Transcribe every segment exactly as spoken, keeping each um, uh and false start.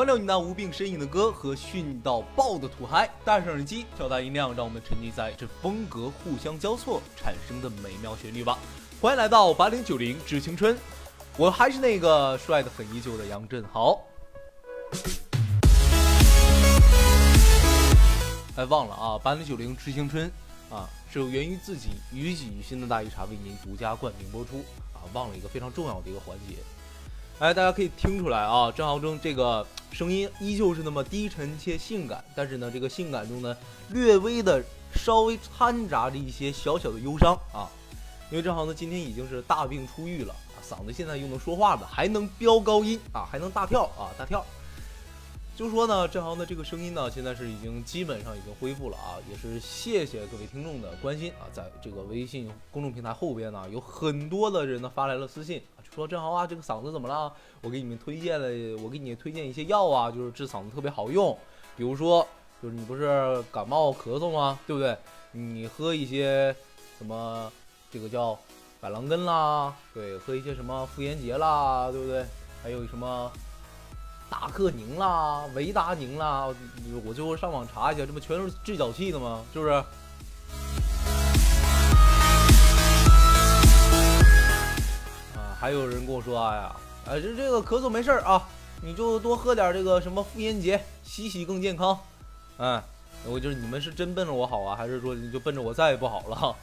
忘掉你那无病呻吟的歌和训到爆的土嗨，戴上耳机，调大音量，让我们沉浸在这风格互相交错产生的美妙旋律吧。欢迎来到八零九零致青春，我还是那个帅得很依旧的杨振豪。哎，忘了啊，八零九零致青春啊，是有源于自己于己于心的大一茶为您独家冠名播出啊，忘了一个非常重要的一个环节。哎，大家可以听出来啊，郑豪中这个声音依旧是那么低沉且性感，但是呢，这个性感中呢，略微的稍微掺杂着一些小小的忧伤啊。因为郑豪呢今天已经是大病初愈了啊，嗓子现在又能说话了，还能飙高音啊，还能大跳啊，大跳。就说呢，郑豪的这个声音呢，现在是已经基本上已经恢复了啊，也是谢谢各位听众的关心啊，在这个微信公众平台后边呢，有很多的人呢发来了私信。说郑豪啊，这个嗓子怎么了？我给你们推荐了，我给你推荐一些药啊，就是治嗓子特别好用。比如说，就是你不是感冒咳嗽吗？对不对？你喝一些什么，这个叫板蓝根啦，对，喝一些什么妇炎洁啦，对不对？还有什么达克宁啦、维达宁啦，我最后上网查一下，这不全都是治脚气的吗？是不是？还有人跟我说，哎呀，哎，这这个咳嗽没事啊，你就多喝点这个什么妇炎洁，洗洗更健康。哎，我就是你们是真奔着我好啊，还是说你就奔着我再也不好了？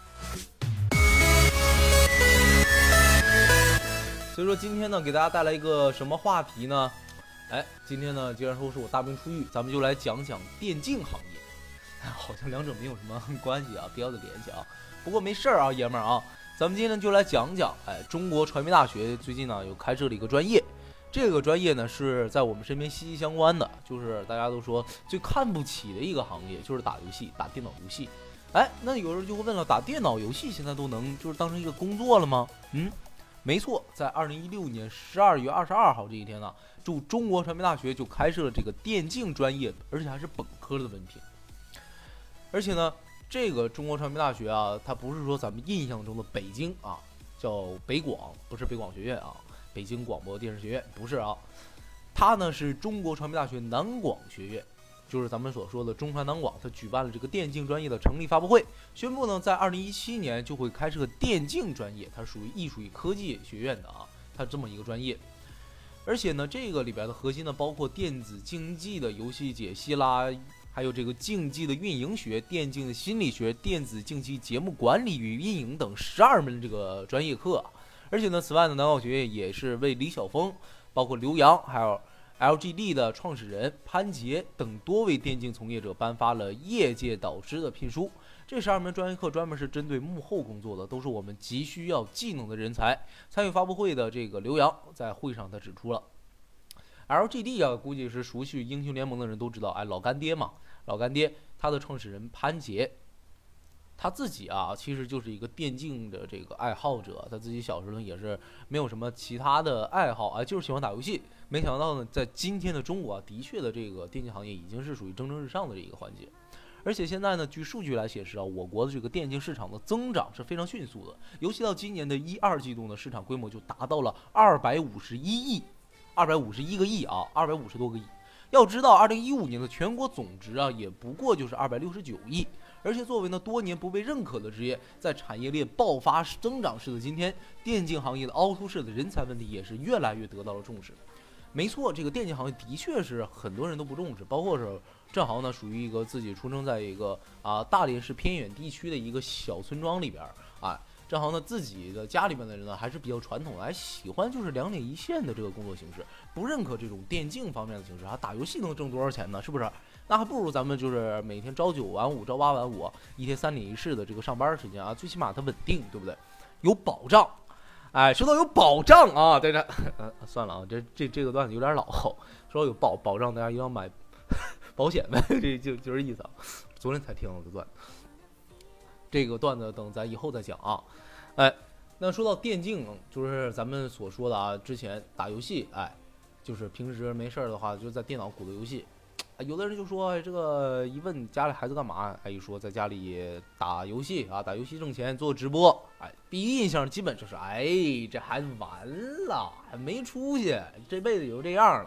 所以说今天呢，给大家带来一个什么话题呢？哎，今天呢，既然说是我大病初愈，咱们就来讲讲电竞行业。哎，好像两者没有什么关系啊，不要的联系啊。不过没事儿啊，爷们儿啊。咱们今天就来讲讲，哎，中国传媒大学最近呢有开设了一个专业，这个专业呢是在我们身边息息相关的，就是大家都说最看不起的一个行业，就是打游戏，打电脑游戏。哎，那有人就会问了，打电脑游戏现在都能就是当成一个工作了吗？嗯，没错，在二零一六年十二月二十二号这一天呢，驻中国传媒大学就开设了这个电竞专业，而且还是本科的文凭，而且呢。这个中国传媒大学啊，它不是说咱们印象中的北京啊，叫北广，不是北广学院啊，北京广播电视学院不是啊，它呢是中国传媒大学南广学院，就是咱们所说的中传南广，它举办了这个电竞专业的成立发布会，宣布呢在二零一七年就会开设电竞专业，它属于艺术与科技学院的啊，它这么一个专业。而且呢，这个里边的核心呢，包括电子竞技的游戏解析啦。还有这个竞技的运营学、电竞的心理学、电子竞技节目管理与运营等十二门这个专业课，而且呢，此外呢，南广学院也是为李晓峰、包括刘洋，还有 L G D 的创始人潘杰等多位电竞从业者颁发了业界导师的聘书。这十二门专业课专门是针对幕后工作的，都是我们急需要技能的人才。参与发布会的这个刘洋在会上他指出了。L G D 啊，估计是熟悉英雄联盟的人都知道，哎，老干爹嘛，老干爹，他的创始人潘杰，他自己啊，其实就是一个电竞的这个爱好者，他自己小时候也是没有什么其他的爱好，哎，就是喜欢打游戏。没想到呢，在今天的中国啊，的确的这个电竞行业已经是属于蒸蒸日上的这一个环节。而且现在呢，据数据来显示啊，我国的这个电竞市场的增长是非常迅速的，尤其到今年的一二季度呢，市场规模就达到了二百五十一亿。二百五十一个亿啊，二百五十多个亿。要知道，二零一五年的全国总值啊，也不过就是二百六十九亿。而且，作为呢多年不被认可的职业，在产业链爆发增长式的今天，电竞行业的凹凸式的人才问题也是越来越得到了重视。没错，这个电竞行业的确是很多人都不重视，包括是正好呢，属于一个自己出生在一个啊大连市偏远地区的一个小村庄里边啊。正好呢，自己的家里面的人呢还是比较传统的，还喜欢就是两点一线的这个工作形式，不认可这种电竞方面的形式啊。打游戏能挣多少钱呢？是不是？那还不如咱们就是每天朝九晚五，朝八晚五，一天三点一视的这个上班时间啊，最起码它稳定，对不对？有保障。哎，说到有保障啊，在这，呃，算了啊，这这这个段子有点老。说有保保障，大家一定要买保险呗，这就就这意思啊。昨天才听了个段子。这个段子等咱以后再讲啊，哎，那说到电竞，就是咱们所说的啊，之前打游戏，哎，就是平时没事的话，就在电脑鼓捣游戏。有的人就说，哎，这个一问家里孩子干嘛？哎，一说在家里打游戏啊，打游戏挣钱，做直播。哎，第一印象基本就是，哎，这孩子完了，还没出息，这辈子也就这样了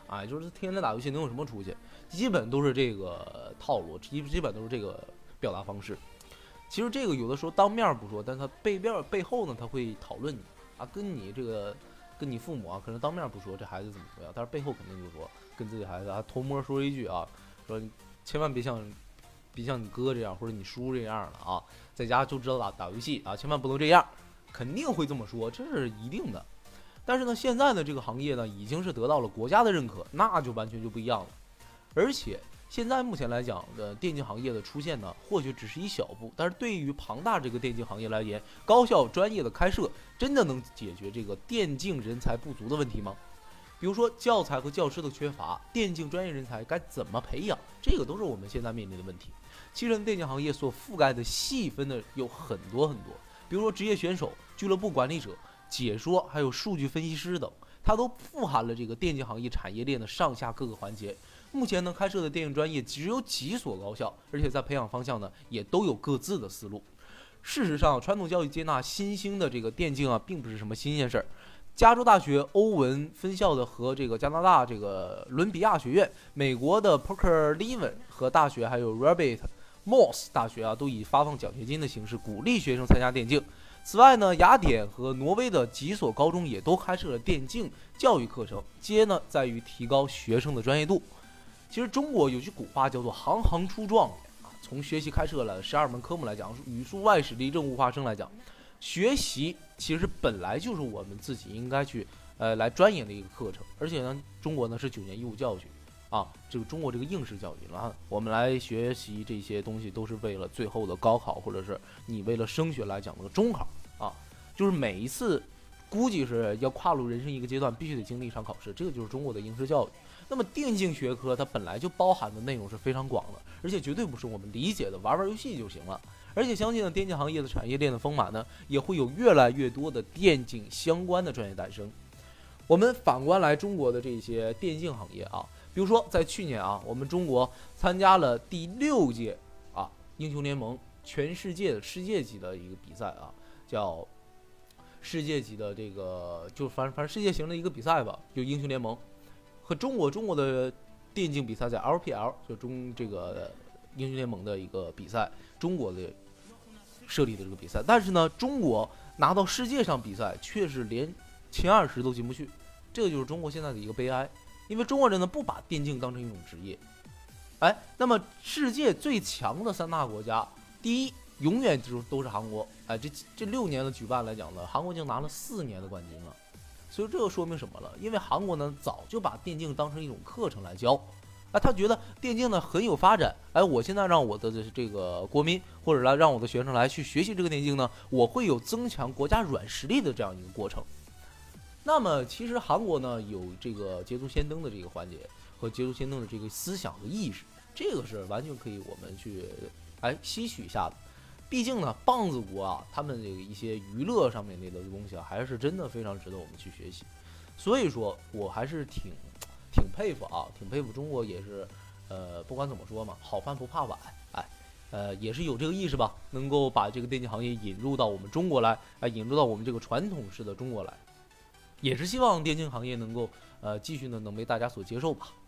啊，也就是天天打游戏能有什么出息？基本都是这个套路，基基本都是这个表达方式。其实这个有的时候当面不说，但他背面背后呢，他会讨论你啊，跟你这个跟你父母啊，可能当面不说这孩子怎么怎么样，但是背后肯定就说跟自己孩子啊偷摸说一句啊，说你千万别像别像你哥这样或者你叔这样了啊，在家就知道打打游戏啊，千万不能这样，肯定会这么说，这是一定的。但是呢，现在的这个行业呢，已经是得到了国家的认可，那就完全就不一样了。而且现在目前来讲的电竞行业的出现呢，或许只是一小步，但是对于庞大这个电竞行业来言，高校专业的开设真的能解决这个电竞人才不足的问题吗？比如说教材和教师的缺乏，电竞专业人才该怎么培养，这个都是我们现在面临的问题。其实电竞行业所覆盖的细分的有很多很多，比如说职业选手、俱乐部管理者、解说，还有数据分析师等，它都富含了这个电竞行业产业链的上下各个环节。目前呢，开设的电竞专业只有几所高校，而且在培养方向呢，也都有各自的思路。事实上，传统教育接纳新兴的这个电竞啊，并不是什么新鲜事儿。加州大学欧文分校的和这个加拿大这个伦比亚学院、美国的 Parker Levin 和大学，还有 Robert Morse 大学啊，都以发放奖学金的形式鼓励学生参加电竞。此外呢，雅典和挪威的几所高中也都开设了电竞教育课程，皆呢在于提高学生的专业度。其实中国有句古话叫做行行出状元啊，从学习开设了十二门科目来讲，语数外史地政物化生来讲，学习其实本来就是我们自己应该去呃来钻研的一个课程。而且呢，中国呢是九年义务教育啊，这个中国这个应试教育啊，我们来学习这些东西都是为了最后的高考，或者是你为了升学来讲的中考啊，就是每一次估计是要跨入人生一个阶段，必须得经历一场考试，这个就是中国的应试教育。那么电竞学科它本来就包含的内容是非常广的，而且绝对不是我们理解的玩玩游戏就行了。而且相信呢，电竞行业的产业链的丰满呢，也会有越来越多的电竞相关的专业诞生。我们反观来中国的这些电竞行业啊，比如说在去年啊，我们中国参加了第六届啊英雄联盟全世界的世界级的一个比赛啊，叫世界级的这个就反正反正世界型的一个比赛吧，就英雄联盟。和中国中国的电竞比赛在 L P L 就中这个英雄联盟的一个比赛，中国的设立的这个比赛，但是呢，中国拿到世界上比赛却是连前二十都进不去，这个就是中国现在的一个悲哀。因为中国人呢不把电竞当成一种职业。哎，那么世界最强的三大国家，第一永远就都是韩国。哎，这这六年的举办来讲呢，韩国已经拿了四年的冠军了。所以这个说明什么了？因为韩国呢早就把电竞当成一种课程来教，哎，他觉得电竞呢很有发展，哎，我现在让我的这个国民或者来让我的学生来去学习这个电竞呢，我会有增强国家软实力的这样一个过程。那么其实韩国呢有这个捷足先登的这个环节和捷足先登的这个思想和意识，这个是完全可以我们去哎吸取一下的。毕竟呢，棒子国啊，他们这个一些娱乐上面的东西啊，还是真的非常值得我们去学习。所以说我还是挺挺佩服啊，挺佩服中国也是，呃，不管怎么说嘛，好饭不怕晚，哎，呃，也是有这个意识吧，能够把这个电竞行业引入到我们中国来，哎，引入到我们这个传统式的中国来，也是希望电竞行业能够呃继续呢能被大家所接受吧。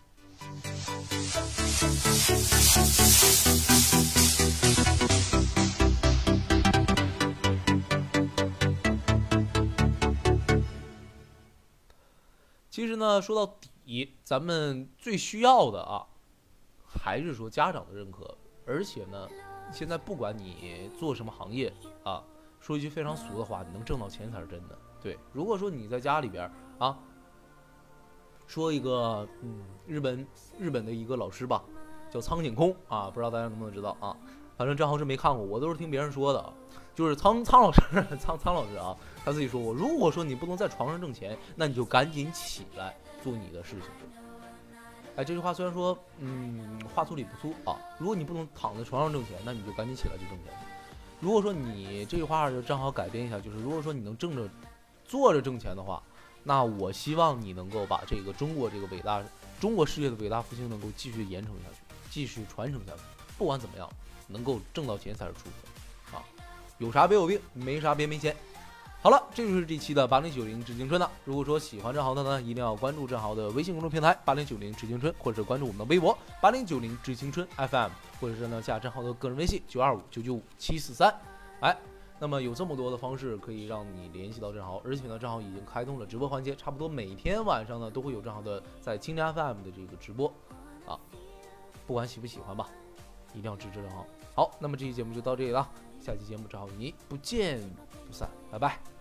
其实呢，说到底，咱们最需要的啊，还是说家长的认可。而且呢，现在不管你做什么行业啊，说一句非常俗的话，你能挣到钱才是真的。对，如果说你在家里边啊，说一个嗯，日本日本的一个老师吧，叫苍井空啊，不知道大家能不能知道啊？反正正好是没看过，我都是听别人说的。就是苍苍老师，苍苍老师啊，他自己说过，如果说你不能在床上挣钱，那你就赶紧起来做你的事情。哎，这句话虽然说，嗯，话粗理不粗啊。如果你不能躺在床上挣钱，那你就赶紧起来去挣钱。如果说你这句话就正好改变一下，就是如果说你能挣着坐着挣钱的话，那我希望你能够把这个中国这个伟大中国事业的伟大复兴能够继续延承下去，继续传承下去。不管怎么样，能够挣到钱才是出口啊。有啥别有病，没啥别没钱。 好了，这就是这期的八零九零致青春了。如果说喜欢郑豪的呢，一定要关注郑豪的微信公众平台八零九零致青春，或者是关注我们的微博八零九零致青春 F M， 或者是呢加郑豪的个人微信九二五九九五七四三。哎，那么有这么多的方式可以让你联系到郑豪，而且呢，郑豪已经开通了直播环节，差不多每天晚上呢都会有郑豪的在青年 F M 的这个直播啊，不管喜不喜欢吧，一定要支持郑豪。好，那么这期节目就到这里了，下期节目郑豪与你不见不散，拜拜。